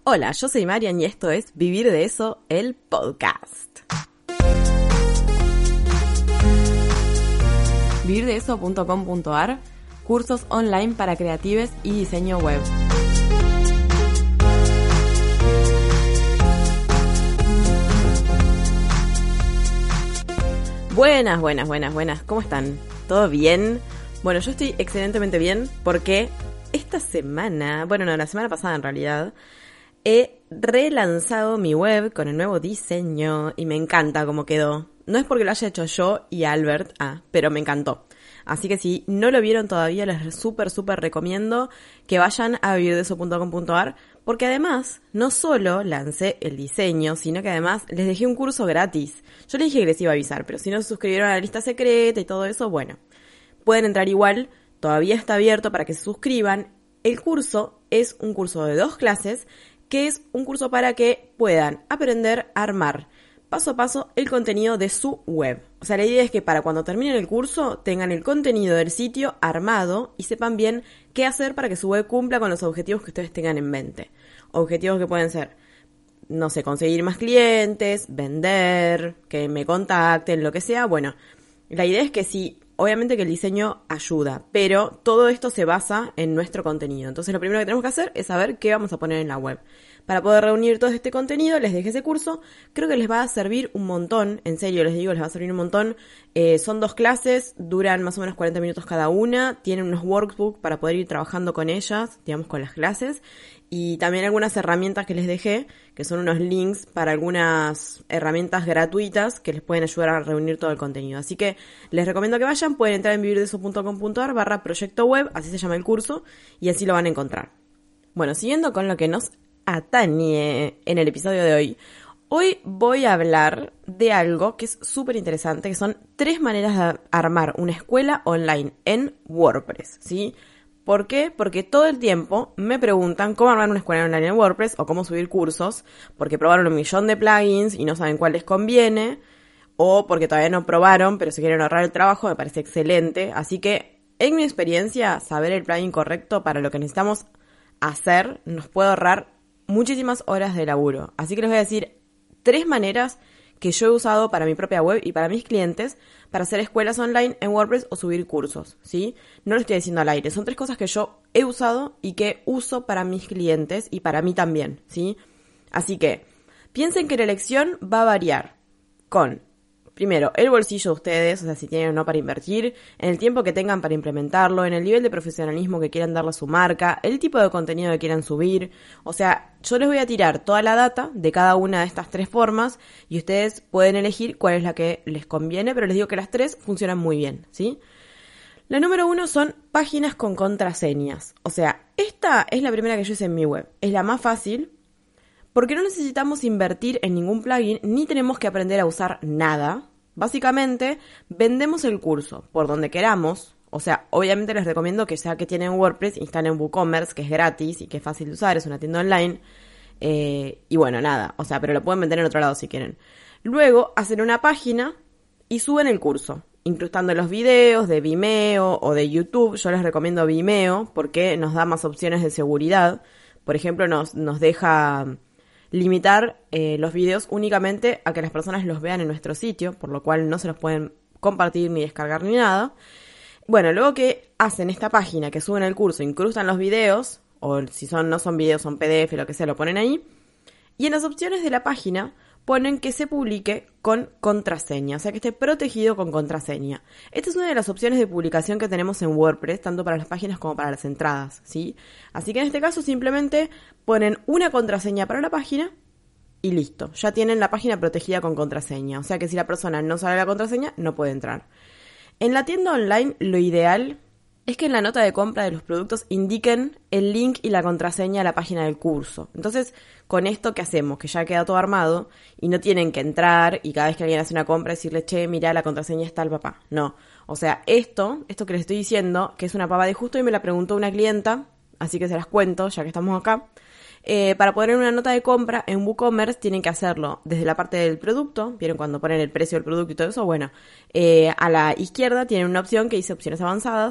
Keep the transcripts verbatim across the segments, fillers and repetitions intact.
Hola, yo soy Marian y esto es Vivir de Eso, el podcast. vivir de eso punto com punto a r, cursos online para creatives y diseño web. Buenas, buenas, buenas, buenas. ¿Cómo están? ¿Todo bien? Bueno, yo estoy excelentemente bien porque esta semana, bueno, no, la semana pasada en realidad, he relanzado mi web con el nuevo diseño y me encanta cómo quedó. No es porque lo haya hecho yo y Albert, ah, pero me encantó. Así que si no lo vieron todavía, les súper, súper recomiendo que vayan a vivir de eso punto com punto a r, porque además, no solo lancé el diseño, sino que además les dejé un curso gratis. Yo les dije que les iba a avisar, pero si no se suscribieron a la lista secreta y todo eso, bueno, pueden entrar igual, todavía está abierto para que se suscriban. El curso es un curso de dos clases, que es un curso para que puedan aprender a armar paso a paso el contenido de su web. O sea, la idea es que para cuando terminen el curso tengan el contenido del sitio armado y sepan bien qué hacer para que su web cumpla con los objetivos que ustedes tengan en mente. Objetivos que pueden ser, no sé, conseguir más clientes, vender, que me contacten, lo que sea. Bueno, la idea es que sí, obviamente que el diseño ayuda, pero todo esto se basa en nuestro contenido. Entonces lo primero que tenemos que hacer es saber qué vamos a poner en la web. Para poder reunir todo este contenido, les dejé ese curso. Creo que les va a servir un montón, en serio les digo, les va a servir un montón. Eh, son dos clases, duran más o menos cuarenta minutos cada una, tienen unos workbooks para poder ir trabajando con ellas, digamos con las clases, y también algunas herramientas que les dejé, que son unos links para algunas herramientas gratuitas que les pueden ayudar a reunir todo el contenido. Así que les recomiendo que vayan, pueden entrar en vivir de eso punto com punto a r barra proyecto web, así se llama el curso, y así lo van a encontrar. Bueno, siguiendo con lo que nos atañe en el episodio de hoy. Hoy voy a hablar de algo que es súper interesante, que son tres maneras de armar una escuela online en WordPress, ¿sí? ¿Por qué? Porque todo el tiempo me preguntan cómo armar una escuela online en WordPress o cómo subir cursos, porque probaron un millón de plugins y no saben cuál les conviene, o porque todavía no probaron, pero se quieren ahorrar el trabajo, me parece excelente. Así que, en mi experiencia, saber el plugin correcto para lo que necesitamos hacer nos puede ahorrar muchísimas horas de laburo. Así que les voy a decir tres maneras que yo he usado para mi propia web y para mis clientes para hacer escuelas online en WordPress o subir cursos, ¿sí? No lo estoy diciendo al aire, son tres cosas que yo he usado y que uso para mis clientes y para mí también, ¿sí? Así que piensen que la elección va a variar con, primero, el bolsillo de ustedes, o sea, si tienen o no para invertir, en el tiempo que tengan para implementarlo, en el nivel de profesionalismo que quieran darle a su marca, el tipo de contenido que quieran subir. O sea, yo les voy a tirar toda la data de cada una de estas tres formas y ustedes pueden elegir cuál es la que les conviene, pero les digo que las tres funcionan muy bien, ¿sí? La número uno son páginas con contraseñas. O sea, esta es la primera que yo hice en mi web. Es la más fácil, porque no necesitamos invertir en ningún plugin, ni tenemos que aprender a usar nada. Básicamente, vendemos el curso por donde queramos. O sea, obviamente les recomiendo que ya que tienen WordPress, instalen WooCommerce, que es gratis y que es fácil de usar, es una tienda online. Eh, y bueno, nada, o sea, pero lo pueden vender en otro lado si quieren. Luego, hacen una página y suben el curso, incrustando los videos de Vimeo o de YouTube. Yo les recomiendo Vimeo porque nos da más opciones de seguridad. Por ejemplo, nos, nos deja limitar eh, los videos únicamente a que las personas los vean en nuestro sitio, por lo cual no se los pueden compartir ni descargar ni nada. Bueno, luego que hacen esta página, que suben el curso, incrustan los videos, o si son no son videos, son P D F, lo que sea, lo ponen ahí, y en las opciones de la página ponen que se publique con contraseña, o sea que esté protegido con contraseña. Esta es una de las opciones de publicación que tenemos en WordPress, tanto para las páginas como para las entradas, ¿sí? Así que en este caso simplemente ponen una contraseña para la página y listo. Ya tienen la página protegida con contraseña, o sea que si la persona no sabe la contraseña, no puede entrar. En la tienda online, lo ideal es que en la nota de compra de los productos indiquen el link y la contraseña a la página del curso. Entonces, con esto, ¿qué hacemos? Que ya queda todo armado y no tienen que entrar y cada vez que alguien hace una compra decirle, che, mirá, la contraseña está al papá. No. O sea, esto, esto que les estoy diciendo, que es una pava de justo y me la preguntó una clienta, así que se las cuento ya que estamos acá. Eh, para poner una nota de compra en WooCommerce tienen que hacerlo desde la parte del producto. ¿Vieron cuando ponen el precio del producto y todo eso? Bueno, eh, a la izquierda tienen una opción que dice opciones avanzadas.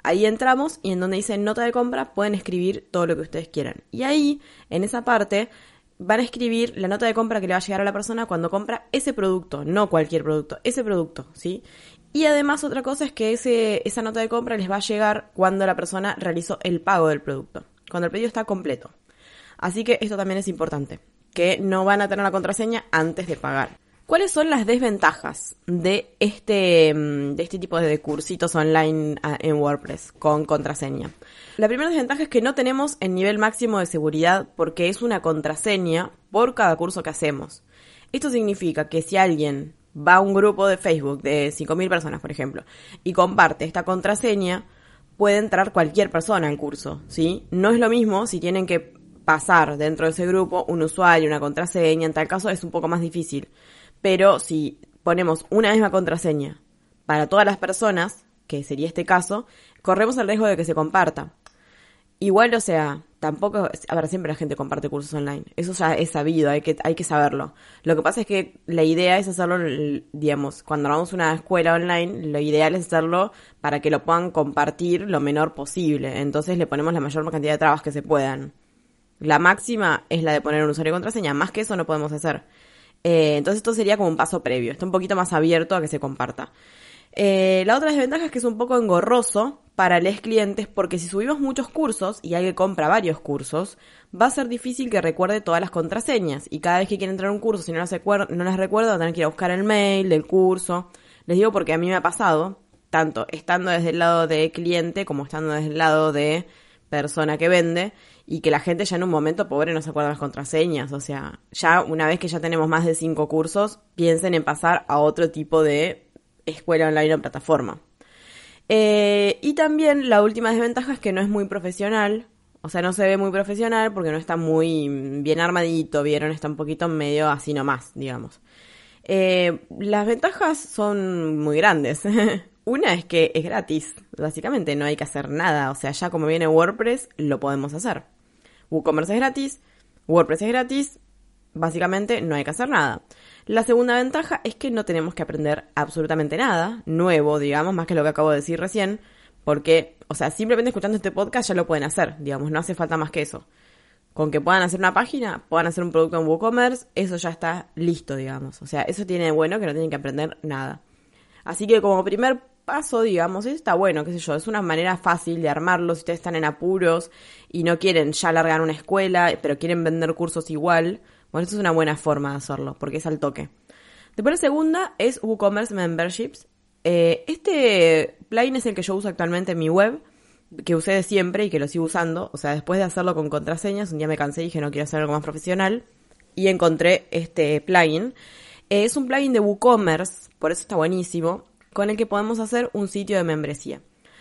Ahí entramos y en donde dice nota de compra pueden escribir todo lo que ustedes quieran. Y ahí, en esa parte, van a escribir la nota de compra que le va a llegar a la persona cuando compra ese producto, no cualquier producto, ese producto, ¿sí? Y además otra cosa es que ese, esa nota de compra les va a llegar cuando la persona realizó el pago del producto, cuando el pedido está completo. Así que esto también es importante, que no van a tener la contraseña antes de pagar. ¿Cuáles son las desventajas de este, de este tipo de cursitos online en WordPress con contraseña? La primera desventaja es que no tenemos el nivel máximo de seguridad porque es una contraseña por cada curso que hacemos. Esto significa que si alguien va a un grupo de Facebook de cinco mil personas, por ejemplo, y comparte esta contraseña, puede entrar cualquier persona al curso, ¿sí? No es lo mismo si tienen que pasar dentro de ese grupo un usuario, una contraseña, en tal caso es un poco más difícil. Pero si ponemos una misma contraseña para todas las personas, que sería este caso, corremos el riesgo de que se comparta. Igual, o sea, tampoco, a ver, siempre la gente comparte cursos online. Eso ya es sabido, hay que, hay que saberlo. Lo que pasa es que la idea es hacerlo, digamos, cuando vamos a una escuela online, lo ideal es hacerlo para que lo puedan compartir lo menor posible. Entonces le ponemos la mayor cantidad de trabas que se puedan. La máxima es la de poner un usuario y contraseña, más que eso no podemos hacer. Eh, entonces esto sería como un paso previo, está un poquito más abierto a que se comparta. Eh, la otra desventaja es que es un poco engorroso para los clientes porque si subimos muchos cursos y alguien compra varios cursos, va a ser difícil que recuerde todas las contraseñas y cada vez que quiere entrar a un curso, si no las, recuer- no las recuerda, va a tener que ir a buscar el mail del curso. Les digo porque a mí me ha pasado, tanto estando desde el lado de cliente como estando desde el lado de persona que vende, y que la gente ya en un momento, pobre, no se acuerda las contraseñas. O sea, ya una vez que ya tenemos más de cinco cursos, piensen en pasar a otro tipo de escuela online o plataforma. Eh, y también la última desventaja es que no es muy profesional. O sea, no se ve muy profesional porque no está muy bien armadito, ¿vieron? Está un poquito medio así nomás, digamos. Eh, las ventajas son muy grandes. Una es que es gratis, básicamente no hay que hacer nada, o sea, ya como viene WordPress, lo podemos hacer. WooCommerce es gratis, WordPress es gratis, básicamente no hay que hacer nada. La segunda ventaja es que no tenemos que aprender absolutamente nada nuevo, digamos, más que lo que acabo de decir recién, porque, o sea, simplemente escuchando este podcast ya lo pueden hacer, digamos, no hace falta más que eso. Con que puedan hacer una página, puedan hacer un producto en WooCommerce, eso ya está listo, digamos. O sea, eso tiene de bueno que no tienen que aprender nada. Así que como primer paso, digamos, está bueno, qué sé yo, es una manera fácil de armarlo. Si ustedes están en apuros y no quieren ya largar una escuela, pero quieren vender cursos igual, bueno, esto es una buena forma de hacerlo, porque es al toque. Después la segunda es WooCommerce Memberships. Eh, este plugin es el que yo uso actualmente en mi web, que usé de siempre y que lo sigo usando. O sea, después de hacerlo con contraseñas, un día me cansé y dije no quiero hacer algo más profesional, y encontré este plugin. Eh, es un plugin de WooCommerce, por eso está buenísimo, con el que podemos hacer un sitio de membresía.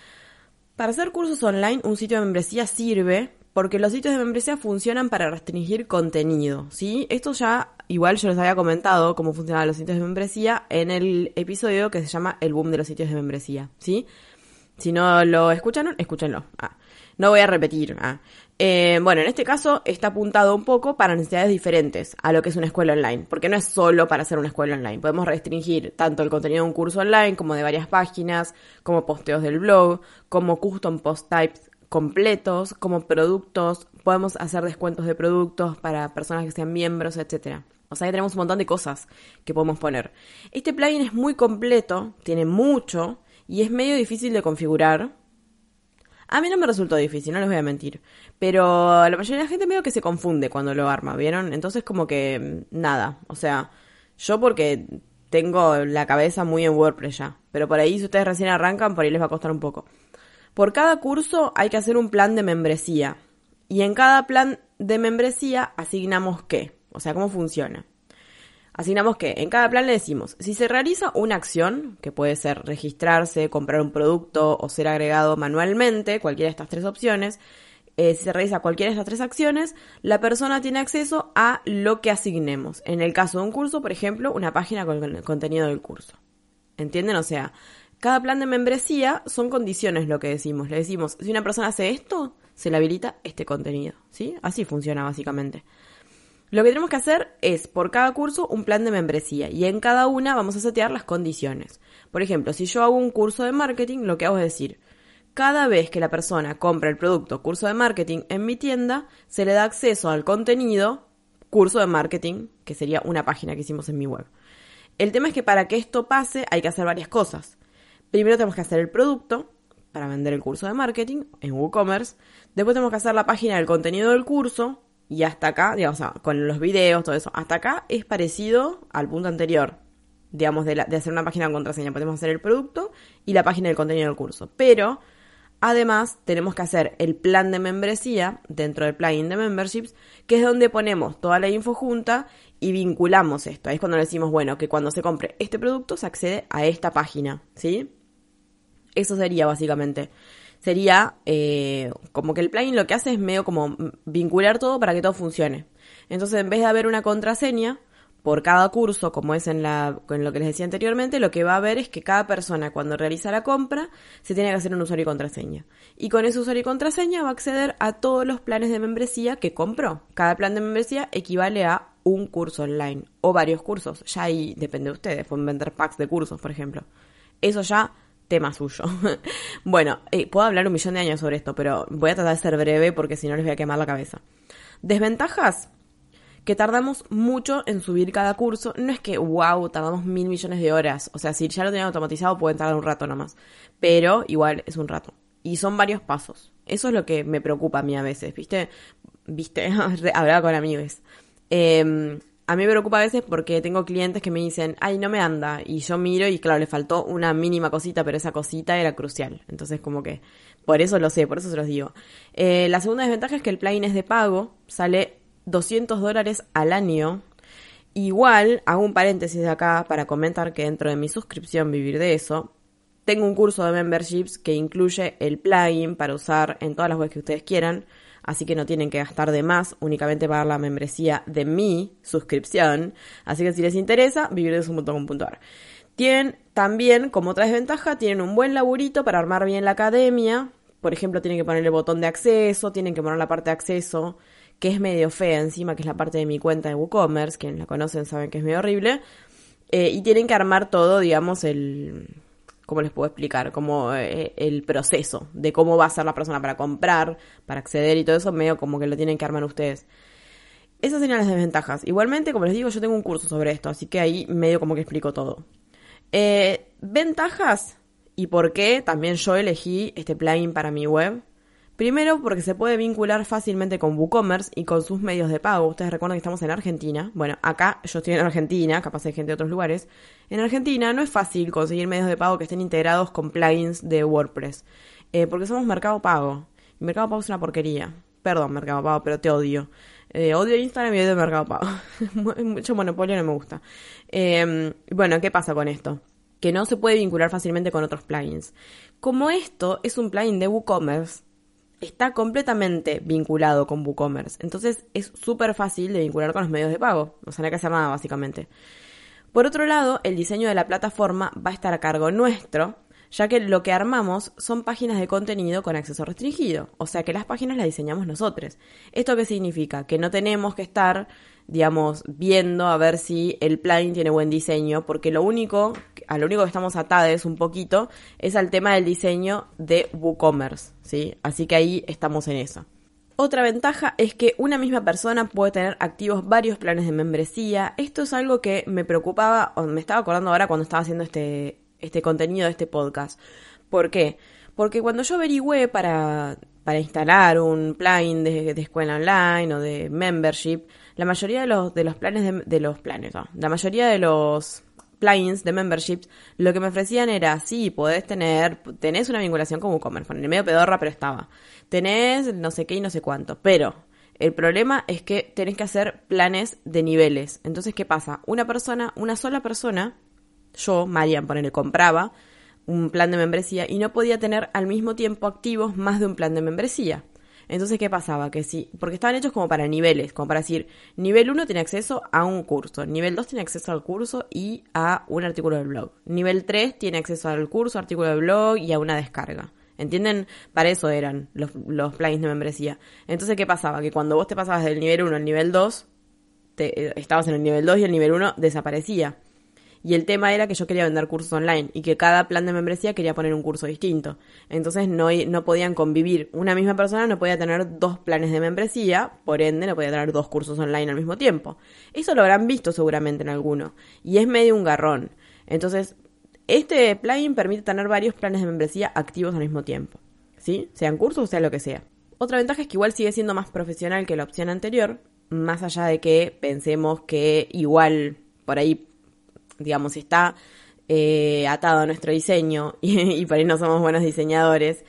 Para hacer cursos online, un sitio de membresía sirve porque los sitios de membresía funcionan para restringir contenido, ¿sí? Esto ya, igual yo les había comentado cómo funcionaban los sitios de membresía en el episodio que se llama El Boom de los sitios de membresía, ¿sí? Si no lo escucharon, escúchenlo. Ah, no voy a repetir. Ah. Eh, bueno, en este caso está apuntado un poco para necesidades diferentes a lo que es una escuela online, porque no es solo para hacer una escuela online. Podemos restringir tanto el contenido de un curso online como de varias páginas, como posteos del blog, como custom post types completos, como productos. Podemos hacer descuentos de productos para personas que sean miembros, etcétera. O sea que tenemos un montón de cosas que podemos poner. Este plugin es muy completo, tiene mucho y es medio difícil de configurar. A mí no me resultó difícil, no les voy a mentir. Pero la mayoría de la gente medio que se confunde cuando lo arma, ¿vieron? Entonces como que nada, o sea, yo porque tengo la cabeza muy en WordPress ya. Pero por ahí si ustedes recién arrancan, por ahí les va a costar un poco. Por cada curso hay que hacer un plan de membresía. Y en cada plan de membresía asignamos qué. O sea, ¿cómo funciona? Asignamos que en cada plan le decimos, si se realiza una acción, que puede ser registrarse, comprar un producto o ser agregado manualmente, cualquiera de estas tres opciones, eh, si se realiza cualquiera de estas tres acciones, la persona tiene acceso a lo que asignemos. En el caso de un curso, por ejemplo, una página con el contenido del curso. ¿Entienden? O sea, cada plan de membresía son condiciones lo que decimos. Le decimos, si una persona hace esto, se le habilita este contenido, ¿sí? Así funciona básicamente. Lo que tenemos que hacer es, por cada curso, un plan de membresía. Y en cada una vamos a setear las condiciones. Por ejemplo, si yo hago un curso de marketing, lo que hago es decir, Cada vez que la persona compra el producto curso de marketing en mi tienda, se le da acceso al contenido curso de marketing, que sería una página que hicimos en mi web. El tema es que para que esto pase hay que hacer varias cosas. Primero tenemos que hacer el producto para vender el curso de marketing en WooCommerce. Después tenemos que hacer la página del contenido del curso. Y hasta acá, digamos, o sea, con los videos, todo eso, hasta acá es parecido al punto anterior. Digamos, de, la, de hacer una página con contraseña. Podemos hacer el producto y la página del contenido del curso. Pero además tenemos que hacer el plan de membresía dentro del plugin de memberships, que es donde ponemos toda la info junta y vinculamos esto. Ahí es cuando le decimos, bueno, que cuando se compre este producto se accede a esta página, ¿sí? Eso sería básicamente. Sería eh, como que el plugin lo que hace es medio como vincular todo para que todo funcione. Entonces, en vez de haber una contraseña por cada curso, como es en, la, en lo que les decía anteriormente, lo que va a haber es que cada persona cuando realiza la compra se tiene que hacer un usuario y contraseña. Y con ese usuario y contraseña va a acceder a todos los planes de membresía que compró. Cada plan de membresía equivale a un curso online o varios cursos. Ya ahí depende de ustedes. Pueden vender packs de cursos, por ejemplo. Eso ya, tema suyo. Bueno, eh, puedo hablar un millón de años sobre esto, pero voy a tratar de ser breve porque si no les voy a quemar la cabeza. Desventajas. Que tardamos mucho en subir cada curso. No es que, wow, tardamos mil millones de horas. O sea, si ya lo tienen automatizado pueden tardar un rato nomás. Pero igual es un rato. Y son varios pasos. Eso es lo que me preocupa a mí a veces, ¿viste? ¿Viste? Hablaba con amigos. Eh, a mí me preocupa a veces porque tengo clientes que me dicen, ay, no me anda. Y yo miro y claro, le faltó una mínima cosita, pero esa cosita era crucial. Entonces como que, por eso lo sé, por eso se los digo. Eh, la segunda desventaja es que el plugin es de pago. Sale doscientos dólares al año. Igual, hago un paréntesis de acá para comentar que dentro de mi suscripción Vivir de Eso, tengo un curso de memberships que incluye el plugin para usar en todas las webs que ustedes quieran, así que no tienen que gastar de más, únicamente pagar la membresía de mi suscripción. Así que si les interesa, vivir de eso punto com punto a r. Tienen también, como otra desventaja, tienen un buen laburito para armar bien la academia. Por ejemplo, tienen que poner el botón de acceso, tienen que poner la parte de acceso, que es medio fea encima, que es la parte de mi cuenta de WooCommerce, quienes la conocen saben que es medio horrible, eh, y tienen que armar todo, digamos, el, ¿cómo les puedo explicar? Como eh, el proceso de cómo va a ser la persona para comprar, para acceder y todo eso, medio como que lo tienen que armar ustedes. Esas serían las desventajas. Igualmente, como les digo, yo tengo un curso sobre esto, así que ahí medio como que explico todo. Eh, ventajas y por qué también yo elegí este plugin para mi web. Primero, porque se puede vincular fácilmente con WooCommerce y con sus medios de pago. Ustedes recuerdan que estamos en Argentina. Bueno, acá yo estoy en Argentina, capaz hay gente de otros lugares. En Argentina no es fácil conseguir medios de pago que estén integrados con plugins de WordPress. Eh, porque somos Mercado Pago. Y Mercado Pago es una porquería. Perdón, Mercado Pago, pero te odio. Eh, odio Instagram y odio Mercado Pago. Mucho monopolio no me gusta. Eh, bueno, ¿qué pasa con esto? Que no se puede vincular fácilmente con otros plugins. Como esto es un plugin de WooCommerce, está completamente vinculado con WooCommerce. Entonces es súper fácil de vincular con los medios de pago. O sea, no hay que hacer nada, básicamente. Por otro lado, el diseño de la plataforma va a estar a cargo nuestro, ya que lo que armamos son páginas de contenido con acceso restringido. O sea, que las páginas las diseñamos nosotros. ¿Esto qué significa? Que no tenemos que estar, digamos, viendo a ver si el plugin tiene buen diseño, porque lo único, a lo único que estamos atados un poquito es al tema del diseño de WooCommerce, ¿sí? Así que ahí estamos en eso. Otra ventaja es que una misma persona puede tener activos varios planes de membresía. Esto es algo que me preocupaba, o me estaba acordando ahora cuando estaba haciendo este, este contenido de este podcast. ¿Por qué? Porque cuando yo averigüé para, para instalar un plugin de, de escuela online o de membership, la mayoría de los, de los planes, de, de los planes, no, la mayoría de los plugins de memberships, lo que me ofrecían era, sí, podés tener, tenés una vinculación con WooCommerce, en el medio pedorra, pero estaba. Tenés no sé qué y no sé cuánto, pero el problema es que tenés que hacer planes de niveles. Entonces, ¿qué pasa? Una persona, una sola persona, yo, Marian, ponele, compraba un plan de membresía y no podía tener al mismo tiempo activos más de un plan de membresía. Entonces, ¿qué pasaba? Que sí, porque estaban hechos como para niveles, como para decir, nivel uno tiene acceso a un curso, nivel dos tiene acceso al curso y a un artículo del blog, nivel tres tiene acceso al curso, artículo del blog y a una descarga. ¿Entienden? Para eso eran los, los plugins de membresía. Entonces, ¿qué pasaba? Que cuando vos te pasabas del nivel uno al nivel dos, te, estabas en el nivel dos y el nivel uno desaparecía. Y el tema era que yo quería vender cursos online y que cada plan de membresía quería poner un curso distinto. Entonces no, no podían convivir. Una misma persona no podía tener dos planes de membresía, por ende no podía tener dos cursos online al mismo tiempo. Eso lo habrán visto seguramente en alguno. Y es medio un garrón. Entonces, este plugin permite tener varios planes de membresía activos al mismo tiempo. ¿Sí? Sean cursos o sea lo que sea. Otra ventaja es que igual sigue siendo más profesional que la opción anterior, más allá de que pensemos que igual por ahí, digamos, está eh, atado a nuestro diseño y, y por ahí no somos buenos diseñadores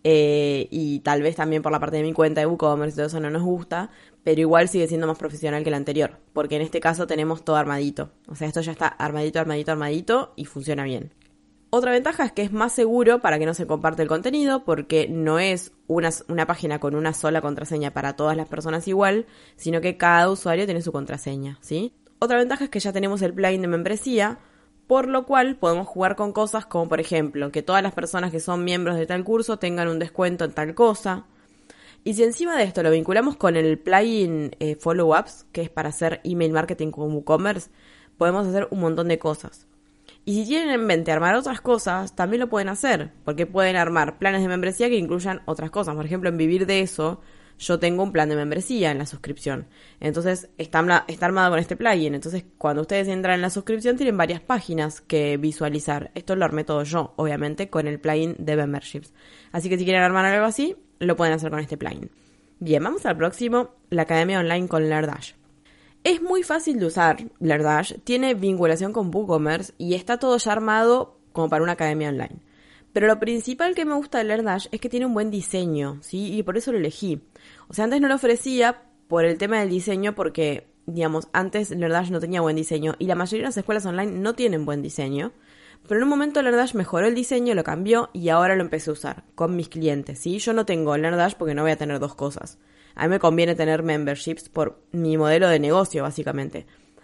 eh, y tal vez también por la parte de mi cuenta de WooCommerce y todo eso no nos gusta, pero igual sigue siendo más profesional que el anterior, porque en este caso tenemos todo armadito. O sea, esto ya está armadito, armadito, armadito y funciona bien. Otra ventaja es que es más seguro para que no se comparte el contenido, porque no es una, una página con una sola contraseña para todas las personas igual, sino que cada usuario tiene su contraseña, ¿sí? Otra ventaja es que ya tenemos el plugin de membresía, por lo cual podemos jugar con cosas como, por ejemplo, que todas las personas que son miembros de tal curso tengan un descuento en tal cosa. Y si encima de esto lo vinculamos con el plugin eh, Follow Ups, que es para hacer email marketing con WooCommerce, podemos hacer un montón de cosas. Y si tienen en mente armar otras cosas, también lo pueden hacer, porque pueden armar planes de membresía que incluyan otras cosas. Por ejemplo, en Vivir de Eso, yo tengo un plan de membresía en la suscripción. Entonces, está, está armado con este plugin. Entonces, cuando ustedes entran en la suscripción, tienen varias páginas que visualizar. Esto lo armé todo yo, obviamente, con el plugin de Memberships. Así que si quieren armar algo así, lo pueden hacer con este plugin. Bien, vamos al próximo, la Academia Online con LearnDash. Es muy fácil de usar LearnDash, tiene vinculación con WooCommerce y está todo ya armado como para una academia online. Pero lo principal que me gusta de LearnDash es que tiene un buen diseño, ¿sí? Y por eso lo elegí. O sea, antes no lo ofrecía por el tema del diseño porque, digamos, antes LearnDash no tenía buen diseño y la mayoría de las escuelas online no tienen buen diseño. Pero en un momento LearnDash mejoró el diseño, lo cambió y ahora lo empecé a usar con mis clientes, ¿sí? Yo no tengo LearnDash porque no voy a tener dos cosas. A mí me conviene tener memberships por mi modelo de negocio, básicamente.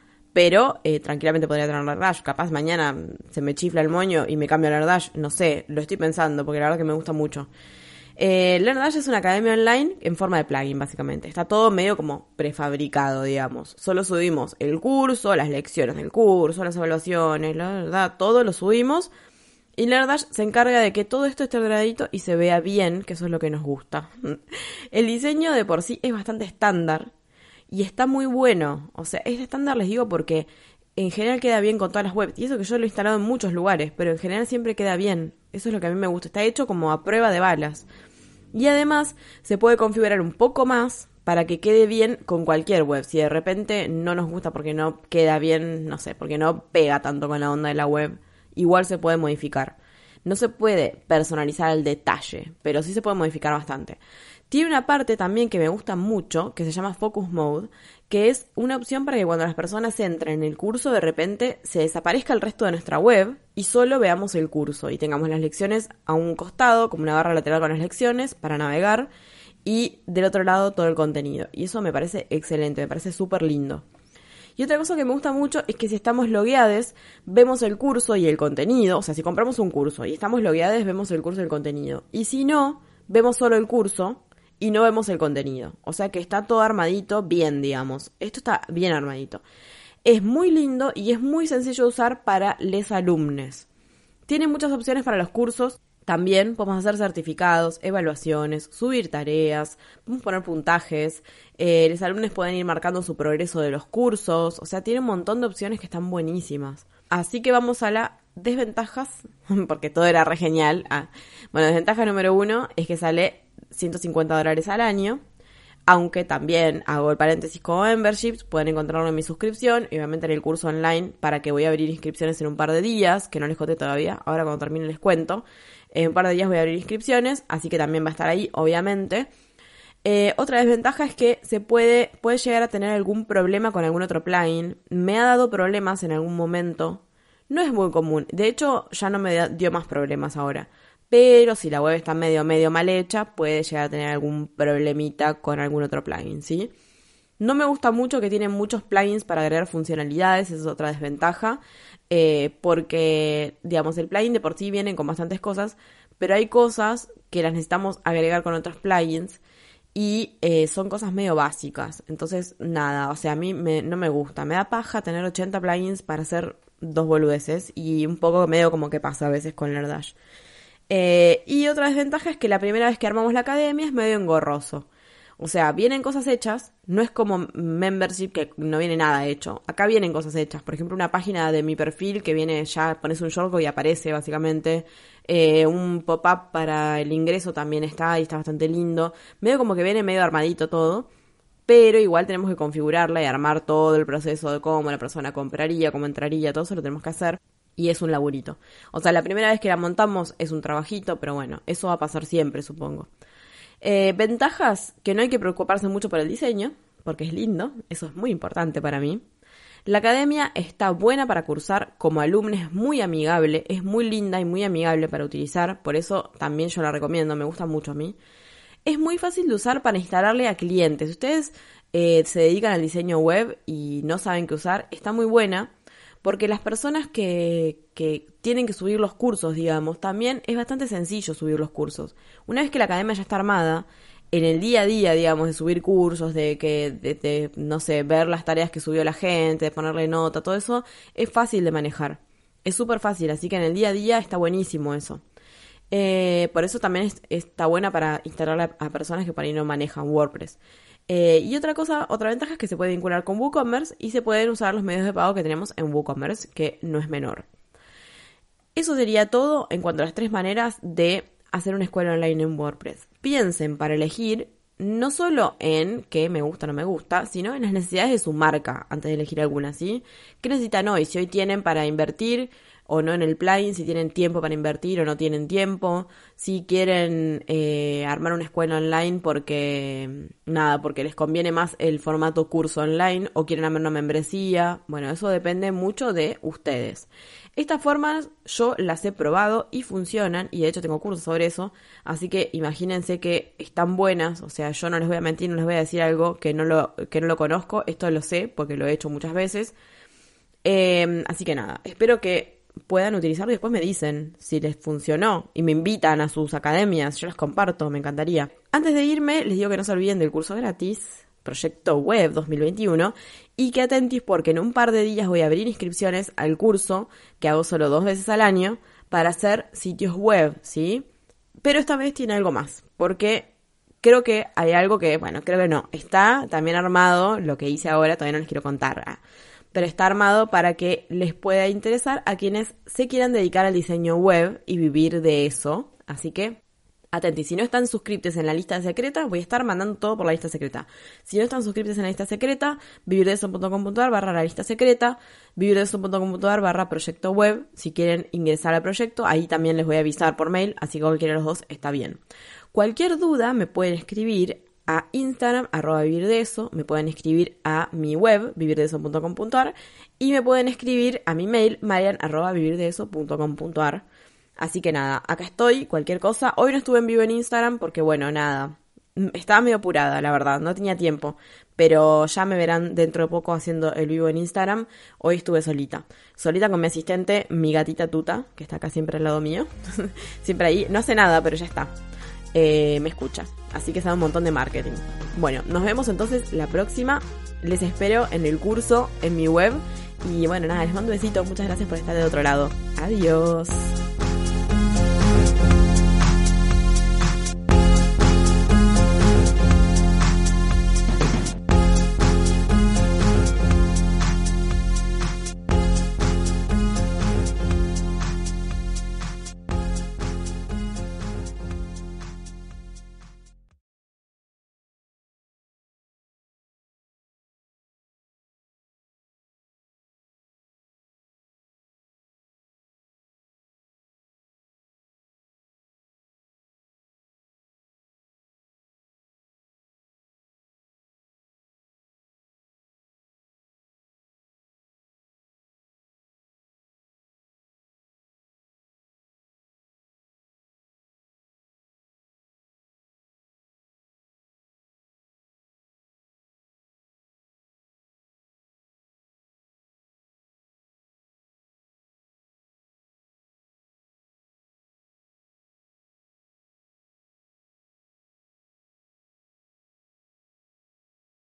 Pero eh, tranquilamente podría tener LearnDash. Capaz mañana se me chifla el moño y me cambio a LearnDash. No sé, lo estoy pensando porque la verdad que me gusta mucho. Eh, LearnDash es una academia online en forma de plugin, básicamente. Está todo medio como prefabricado, digamos. Solo subimos el curso, las lecciones del curso, las evaluaciones, la verdad, todo lo subimos. Y LearnDash se encarga de que todo esto esté ordenadito y se vea bien, que eso es lo que nos gusta. El diseño de por sí es bastante estándar y está muy bueno. O sea, es estándar, les digo, porque en general queda bien con todas las webs. Y eso que yo lo he instalado en muchos lugares, pero en general siempre queda bien. Eso es lo que a mí me gusta. Está hecho como a prueba de balas. Y además se puede configurar un poco más para que quede bien con cualquier web. Si de repente no nos gusta porque no queda bien, no sé, porque no pega tanto con la onda de la web, igual se puede modificar. No se puede personalizar al detalle, pero sí se puede modificar bastante. Tiene una parte también que me gusta mucho, que se llama Focus Mode, que es una opción para que cuando las personas entren en el curso, de repente se desaparezca el resto de nuestra web y solo veamos el curso y tengamos las lecciones a un costado, como una barra lateral con las lecciones para navegar, y del otro lado todo el contenido. Y eso me parece excelente, me parece súper lindo. Y otra cosa que me gusta mucho es que si estamos logueados, vemos el curso y el contenido. O sea, si compramos un curso y estamos logueados, vemos el curso y el contenido. Y si no, vemos solo el curso y no vemos el contenido. O sea que está todo armadito bien, digamos. Esto está bien armadito. Es muy lindo y es muy sencillo de usar para les alumnes. Tiene muchas opciones para los cursos. También podemos hacer certificados, evaluaciones, subir tareas, podemos poner puntajes, eh, los alumnos pueden ir marcando su progreso de los cursos, o sea, tiene un montón de opciones que están buenísimas. Así que vamos a las desventajas, porque todo era re genial. Ah, bueno, desventaja número uno es que sale ciento cincuenta dólares al año, aunque también hago el paréntesis como memberships, pueden encontrarlo en mi suscripción y obviamente en el curso online para que voy a abrir inscripciones en un par de días, que no les conté todavía, ahora cuando termine les cuento. En un par de días voy a abrir inscripciones, así que también va a estar ahí, obviamente. Eh, otra desventaja es que se puede, puede llegar a tener algún problema con algún otro plugin. Me ha dado problemas en algún momento. No es muy común. De hecho, ya no me dio más problemas ahora. Pero si la web está medio, medio mal hecha, puede llegar a tener algún problemita con algún otro plugin, ¿sí? No me gusta mucho que tienen muchos plugins para agregar funcionalidades, esa es otra desventaja. Eh, porque, digamos, el plugin de por sí viene con bastantes cosas, pero hay cosas que las necesitamos agregar con otros plugins y eh, son cosas medio básicas. Entonces, nada, o sea, a mí me, no me gusta. Me da paja tener ochenta plugins para hacer dos boludeces y un poco medio como que pasa a veces con Lerdash. Eh, y otra desventaja es que la primera vez que armamos la academia es medio engorroso. O sea, vienen cosas hechas, no es como membership que no viene nada hecho. Acá vienen cosas hechas. Por ejemplo, una página de mi perfil que viene ya, pones un shortcode y aparece básicamente. Eh, un pop-up para el ingreso también está y está bastante lindo. Medio como que viene medio armadito todo. Pero igual tenemos que configurarla y armar todo el proceso de cómo la persona compraría, cómo entraría, todo eso lo tenemos que hacer. Y es un laburito. O sea, la primera vez que la montamos es un trabajito, pero bueno, eso va a pasar siempre, supongo. Eh, ventajas, que no hay que preocuparse mucho por el diseño, porque es lindo, eso es muy importante para mí. La academia está buena para cursar, como alumno es muy amigable, es muy linda y muy amigable para utilizar, por eso también yo la recomiendo, me gusta mucho a mí. Es muy fácil de usar para instalarle a clientes. Si ustedes eh, se dedican al diseño web y no saben qué usar, está muy buena. Porque las personas que, que tienen que subir los cursos, digamos, también es bastante sencillo subir los cursos. Una vez que la academia ya está armada, en el día a día, digamos, de subir cursos, de que, de, de, no sé, ver las tareas que subió la gente, de ponerle nota, todo eso, es fácil de manejar. Es súper fácil, así que en el día a día está buenísimo eso. Eh, por eso también es, está buena para instalarla a, a personas que por ahí no manejan WordPress. Eh, y otra cosa, otra ventaja es que se puede vincular con WooCommerce y se pueden usar los medios de pago que tenemos en WooCommerce, que no es menor. Eso sería todo en cuanto a las tres maneras de hacer una escuela online en WordPress. Piensen para elegir no solo en qué me gusta o no me gusta, sino en las necesidades de su marca antes de elegir alguna, ¿sí? ¿Qué necesitan hoy? Si hoy tienen para invertir o no en el plugin, si tienen tiempo para invertir o no tienen tiempo, si quieren eh, armar una escuela online porque, nada, porque les conviene más el formato curso online o quieren armar una membresía. Bueno, eso depende mucho de ustedes. Estas formas yo las he probado y funcionan, y de hecho tengo cursos sobre eso, así que imagínense que están buenas. O sea, yo no les voy a mentir, no les voy a decir algo que no lo, que no lo conozco, esto lo sé porque lo he hecho muchas veces. Eh, así que nada, espero que puedan utilizarlo y después me dicen si les funcionó y me invitan a sus academias, yo las comparto, me encantaría. Antes de irme, les digo que no se olviden del curso gratis, Proyecto Web dos mil veintiuno, y que atentis porque en un par de días voy a abrir inscripciones al curso que hago solo dos veces al año para hacer sitios web, ¿sí? Pero esta vez tiene algo más, porque creo que hay algo que, bueno, creo que no, está también armado, lo que hice ahora todavía no les quiero contar, pero está armado para que les pueda interesar a quienes se quieran dedicar al diseño web y vivir de eso. Así que, atentos, si no están suscriptos en la lista secreta, voy a estar mandando todo por la lista secreta. Si no están suscriptos en la lista secreta, vivirdeeso.com.ar barra la lista secreta, vivirdeeso.com.ar barra proyecto web. Si quieren ingresar al proyecto, ahí también les voy a avisar por mail, así que cualquiera de los dos está bien. Cualquier duda me pueden escribir a Instagram, arroba vivir de eso, me pueden escribir a mi web, vivirdeeso punto com punto a r, y me pueden escribir a mi mail, marian arroba vivirdeeso punto com punto a r. Así que nada, acá estoy, cualquier cosa. Hoy no estuve en vivo en Instagram porque, bueno, nada, estaba medio apurada, la verdad, no tenía tiempo, pero ya me verán dentro de poco haciendo el vivo en Instagram. Hoy estuve solita, solita con mi asistente, mi gatita Tuta, que está acá siempre al lado mío, siempre ahí, no hace nada, pero ya está. Eh, me escucha, así que sabe un montón de marketing. Bueno, nos vemos entonces la próxima. Les espero en el curso, en mi web. Y bueno, nada, les mando un besito. Muchas gracias por estar del otro lado. Adiós.